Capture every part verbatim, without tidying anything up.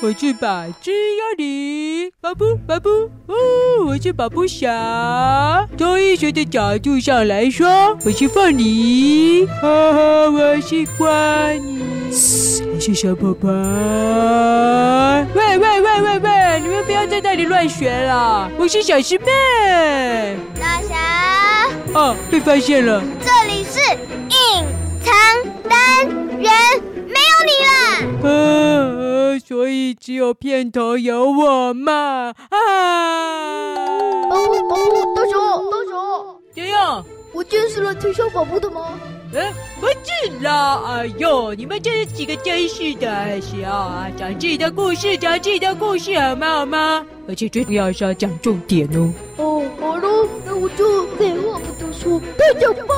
我是宝之幽灵，宝布宝布哦，我是宝布侠。从医学的角度上来说，我是凤梨，哈哈，我是瓜尼，我是小宝宝。喂喂喂喂喂，你们不要在那里乱学了，我是小师妹。 大侠， 哦，被发现了。 这里是隐藏单元，没有你啦。 呃，所以只有片头有我嘛啊！ 哦哦，大雄大雄， 怎样？ 我见识了推销宝布的吗？ 哎，不是啦！哎呦，你们这几个真是的，还是要啊讲自己的故事，讲自己的故事好吗？好吗？而且最重要是要讲重点哦。 哦，好喽，那我就废话不多说，开讲吧。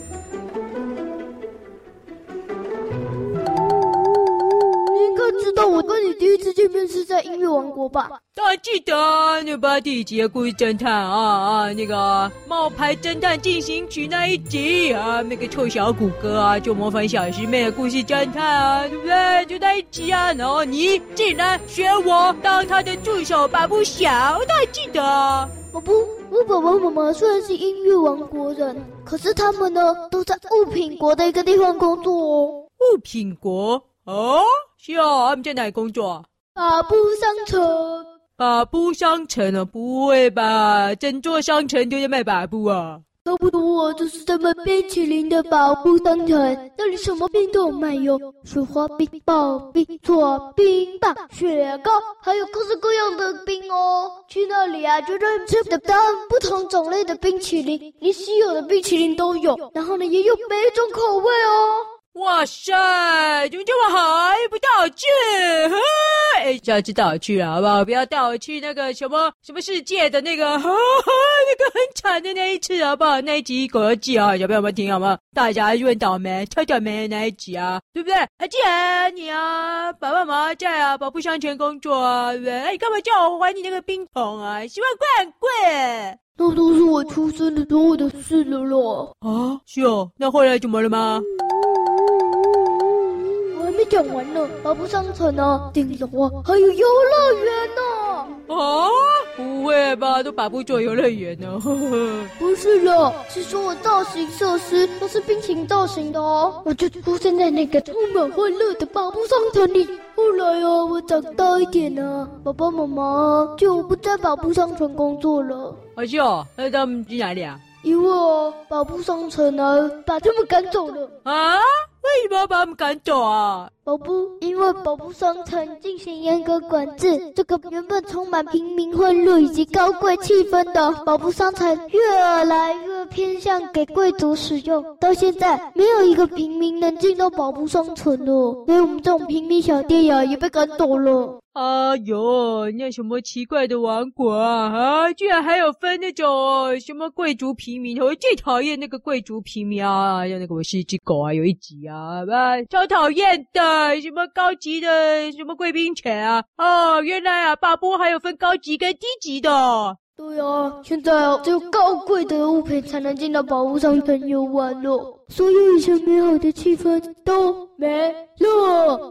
知道我跟你第一次见面是在音乐王国吧？ 当然记得啊，那把第一集的故事侦探啊啊，那个冒牌侦探进行曲那一集啊，那个臭小谷歌啊，就模仿小师妹的故事侦探啊，对不对？就那一集啊，然后你竟然选我当他的助手把不小，我当然记得啊。 宝布，我爸爸妈妈虽然是音乐王国人，可是他们呢都在物品国的一个地方工作哦。 物品国？哦，是哦，他们在哪里工作？ 把布商城。 把布商城啊？不会吧，整座商城都在卖把布啊？ 差不多，这是在卖冰淇淋的把布商城，那里什么冰都有卖哟，雪花冰、刨冰、搓冰棒、雪糕，还有各式各样的冰哦。去那里啊，绝对吃得到不同种类的冰淇淋，连稀有的冰淇淋都有，然后呢，也有每一种口味哦。 哇塞，怎么这么好？又不带我去，哎，下次带我去了，好不好？不要带我去那个什么什么世界的那个，啊、那个很惨的那一次，好不好？那一集《狗游记》啊，小朋友们听好吗？大家就很倒霉，超倒霉的那一集啊，对不对？而且你啊，爸爸妈妈在啊，保护商城工作啊，对不对？哎，你干嘛叫我还你那个冰桶啊？十万块很贵。 那都是我出生的时候的事了咯。 啊，是哦，那后来怎么了吗？ 没讲完呢，把布商城啊，顶楼啊，还有游乐园呢。 啊，不会吧，都把布做游乐园呢？ 不是了，是说我造型设施都是冰淇淋造型的哦。我就出现在那个充满欢乐的把布商城里。后来啊，我长大一点呢，爸爸妈妈就不在把布商城工作了。 啊是哦，那他们去哪里啊？ 因为啊，把布商城啊，把他们赶走了。 啊？为什么要把他们赶走啊？ 宝布，因为宝布商城进行严格管制，这个原本充满平民欢乐以及高贵气氛的宝布商城，越来越偏向给贵族使用。到现在，没有一个平民能进到宝布商城了，连我们这种平民小店呀，也被赶走了。 哎呦，那什么奇怪的王国啊！啊，居然还有分那种什么贵族平民，我最讨厌那个贵族平民啊！像那个我是一只狗啊，有一集啊，啊，超讨厌的，什么高级的什么贵宾犬啊！哦，原来啊，把布还有分高级跟低级的。 对啊，现在啊，只有高贵的物品才能进到宝物商城游玩了，所有以前美好的气氛都没了。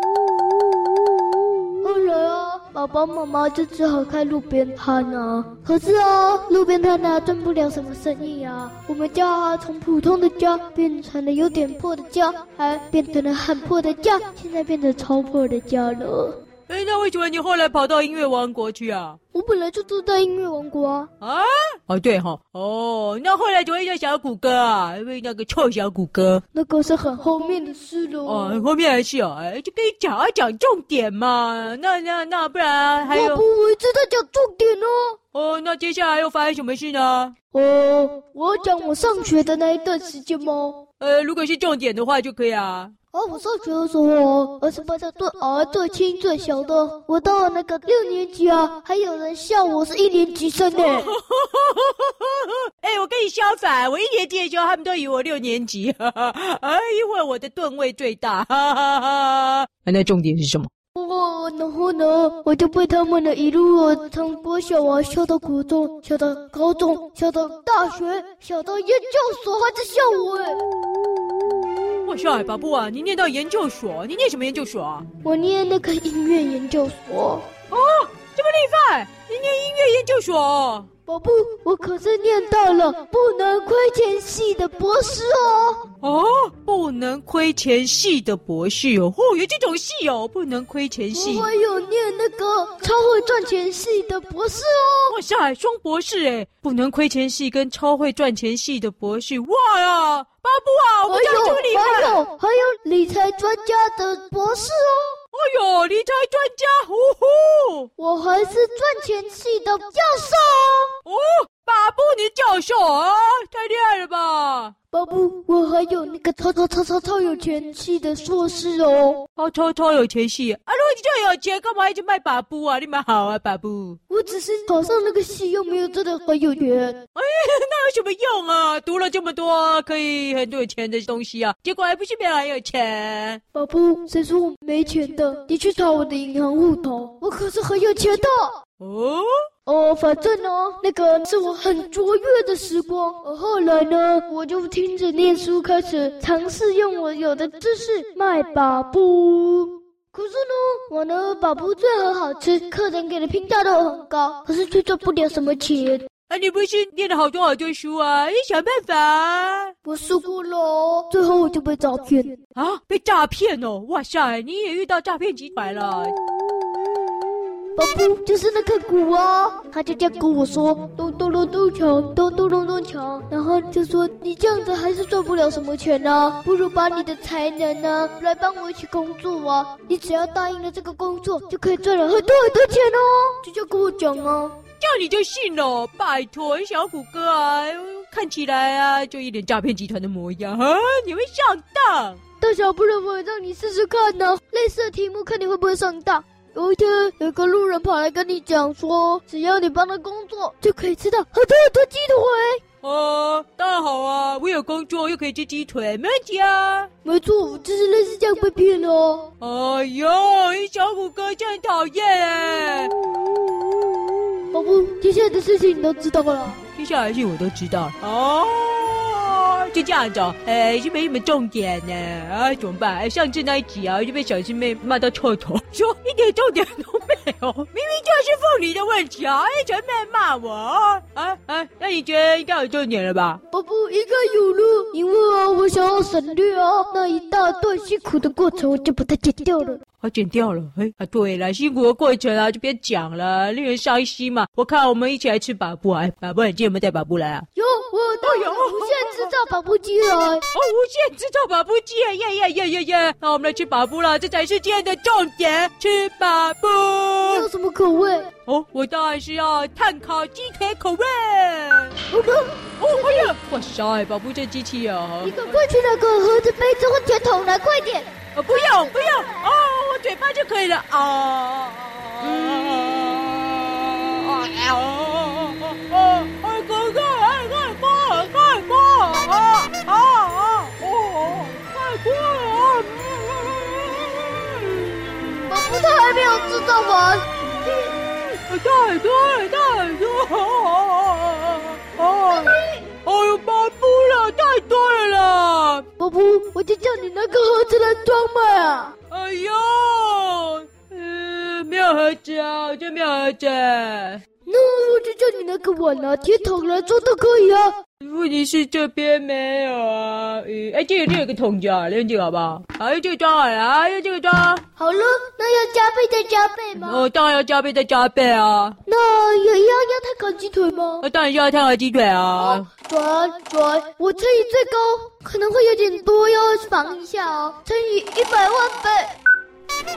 后来啊，爸爸妈妈就只好开路边摊啊。可是啊，路边摊啊赚不了什么生意啊。我们家啊从普通的家变成了有点破的家，还变成了很破的家，现在变成超破的家了。 哎，那为什么你后来跑到音乐王国去啊？ 我本来就住在音乐王国啊。 啊？哦，对哈、哦。哦，那后来怎么会叫小谷歌啊？因为那个臭小谷歌。 那个是很后面的事了。 哦，很后面的事哦，哎，就可以讲啊，讲重点嘛。那那那不然还有？ 我不，我一直在讲重点哦。 哦，那接下来又发生什么事呢？ 哦，我要讲我上学的那一段时间吗？ 呃，如果是重点的话就可以啊。 哦，我上学的时候，我是班上最矮、最轻、最小的。我到了那个六年级啊，还有人笑我是一年级生呢。 哎、欸，我跟你相反，我一年级的时候，他们都以为我六年级，哈哈，哎，因为我的吨位最大，哈哈哈。那重点是什么？ 哦，然后呢，我就被他们的一路从国小啊笑到国中，笑到高中，笑到大学，笑到研究所，还在笑我哎。 哇哇塞，宝布啊，你念到研究所，你念什么研究所啊？ 我念那个音乐研究所。 哦，这么厉害，你念音乐研究所。 宝布，我可是念到了不能亏钱系的博士哦。 哦，不能亏钱系的博士哦，哦，有这种系哦，不能亏钱系。 我还有念那个超会赚钱系的博士哦。 哇塞，双博士哎，不能亏钱系跟超会赚钱系的博士，哇呀，巴布啊，我这么厉害。 还有还有理财专家的博士哦。 哎呦，理财专家，呼呼！ 我还是赚钱系的教授哦，巴布你教授啊，太厉害了吧！ 巴布，我还有那个超超超超超有钱系的硕士哦， 超超超有钱系啊！如果你这么有钱，干嘛一直卖巴布啊？你蛮好啊，巴布。 我只是考上那个系，又没有真的很有钱。 哎，那有什么用啊？读了这么多可以很多有钱的东西啊，结果还不是变很有钱？ 巴布，谁说我没钱的？你去查我的银行户头，我可是很有钱的。 哦哦，反正呢，那个是我很卓越的时光。后来呢，我就听着念书，开始尝试用我有的知识卖把布。可是呢，我呢把布最很好吃，客人给的评价都很高，可是却赚不了什么钱。 啊，你不是念了好多好多书啊？你想办法。 我试过了，最后我就被诈骗啊！被诈骗哦！哇塞，你也遇到诈骗集团了。 巴布就是那个鼓啊，他就这样跟我说，咚咚咚咚锵，咚咚咚咚锵，然后就说你这样子还是赚不了什么钱啊，不如把你的才能啊来帮我一起工作啊，你只要答应了这个工作，就可以赚了很多很多钱哦，就这样跟我讲啊。 这样你就信了？拜托，小虎哥啊，看起来啊就一脸诈骗集团的模样啊，你会上当？ 大小不然我让你试试看呢、啊，类似的题目看你会不会上当。有一天，有个路人跑来跟你讲说，只要你帮他工作，就可以吃到很多很多鸡腿。 哦，当然好啊，我有工作又可以吃鸡腿，没问题啊。 没错，就是类似这样被骗了哦。 哎呦，小虎哥真很讨厌哎。 宝布，接下来的事情你都知道了。 接下来的事我都知道哦。就这样子哦，哎，是没什么重点呢啊，怎么办？上次那一集啊，就被小师妹骂到臭头，说一点重点都没有，明明就是凤梨的问题啊！一直在骂我啊啊啊！那你觉得应该有重点了吧？ 宝布，应该有了，因为啊，我想要省略啊，那一大段辛苦的过程，我就把它剪掉了。 啊，剪掉了，哎啊，对了，辛苦的过程啊，就别讲了，令人伤心嘛。我看我们一起来吃把布啊，把布，你今天有没有带把布来啊？ 有，我带有无限制造把布机来。哦， 无限制造把布机，耶耶耶耶耶！那我们来吃把布了，这才是今天的重点，吃把布。 你有什么口味？ 哦，我当然是要炭烤鸡腿口味。 哦不， 哦哎呀，哇塞，把布这机器啊！ 你赶快去那个盒子、杯子或铁桶来，快点！ 啊，不用不用，哦，我嘴巴就可以了啊。嗯。啊啊！哎哥哥，哎快快快快啊啊啊！哦，快快啊！ 宝布他还没有制造完。 太多了，太多！哦，哎呦，把布了，太多了啦！ 宝布，我就叫你拿个盒子来装嘛。 哎呦，嗯，没有盒子啊，我这没有盒子。 那我就叫你拿个碗啊、铁桶来装都可以啊。 问题是这边没有啊。嗯，哎，这个这有个桶子啊，连这个好不好？好，用这个装好了啊，用这个装。 好了，那要加倍再加倍吗？ 哦，当然要加倍再加倍啊。 那也一样要炭烤鸡腿吗？ 那、啊、当然要炭烤鸡腿啊。 转转，我乘以最高可能会有点多，要防一下哦。乘以一百万倍。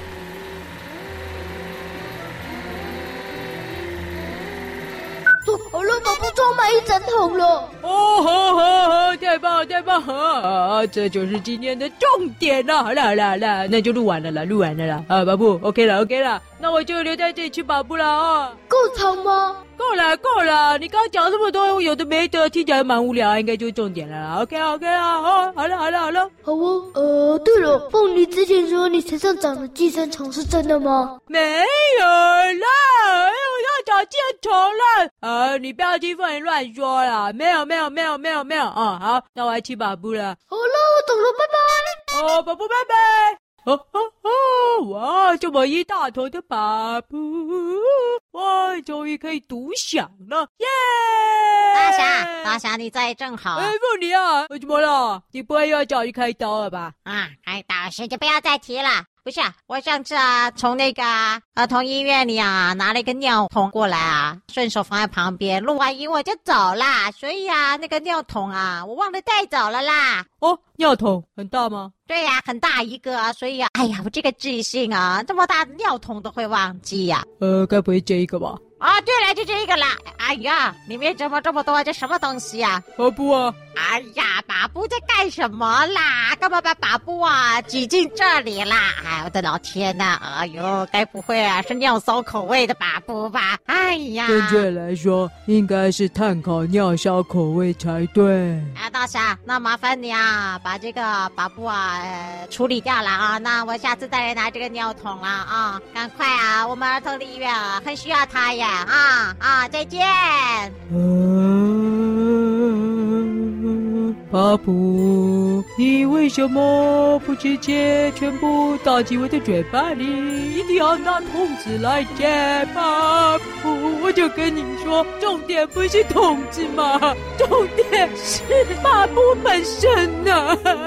好了，宝布装满一整桶了。 哦，好好好，太棒了太棒了啊！这就是今天的重点了。好了好了好了，那就录完了啦，录完了啦。啊，宝布 ，OK 了 OK 了，那我就留在这里吃宝布了啊。 够长吗？ 够了够了，你刚刚讲这么多有的没的，听起来蛮无聊，应该就是重点了啦。OK OK 啊，哦，好了好了好了。 好哦，呃，对了，凤梨之前说你身上长的寄生虫是真的吗？ 没有啦，哎呦，要找寄生虫了。啊，你不要听凤梨乱说啦，没有没有没有没有没有啊、哦。好，那我要亲巴布了。 好了，我懂了，拜拜。 哦，巴布拜拜。哦哦哦！哇，这么一大头的巴布，哇，终于可以独享了，耶！ 大侠，大侠，你在正好。 哎，凤梨啊，怎么了？你不会又要叫我去开刀了吧？ 啊，开刀事就不要再提了。不是啊，我上次啊，从那个儿童医院里啊拿了一个尿桶过来啊，顺手放在旁边，录完音我就走啦。所以啊，那个尿桶啊，我忘了带走了啦。 哦，尿桶很大吗？ 对呀、啊，很大一个啊，所以啊，哎呀，我这个记性啊，这么大的尿桶都会忘记呀、 啊。呃，该不会这一个吧？ 啊，对了，就这一个啦。哎呀，里面怎么这么多？这什么东西呀、 啊？巴布啊！ 哎呀，巴布在干什么啦？干嘛把巴布啊挤进这里啦？哎，我的老天呐！哎呦，该不会啊是尿骚口味的巴布吧？哎呀， 正确来说，应该是炭烤尿骚口味才对。 啊，大侠，那麻烦你啊，把这个巴布啊、呃、处理掉了啊。那我下次再来拿这个尿桶了啊，赶快啊！我们儿童的医院啊很需要它呀。啊啊！再见。 嗯，巴布，你为什么不直接全部倒进我的嘴巴里？一定要拿桶子来接巴布？我就跟你说，重点不是桶子嘛，重点是巴布本身啊。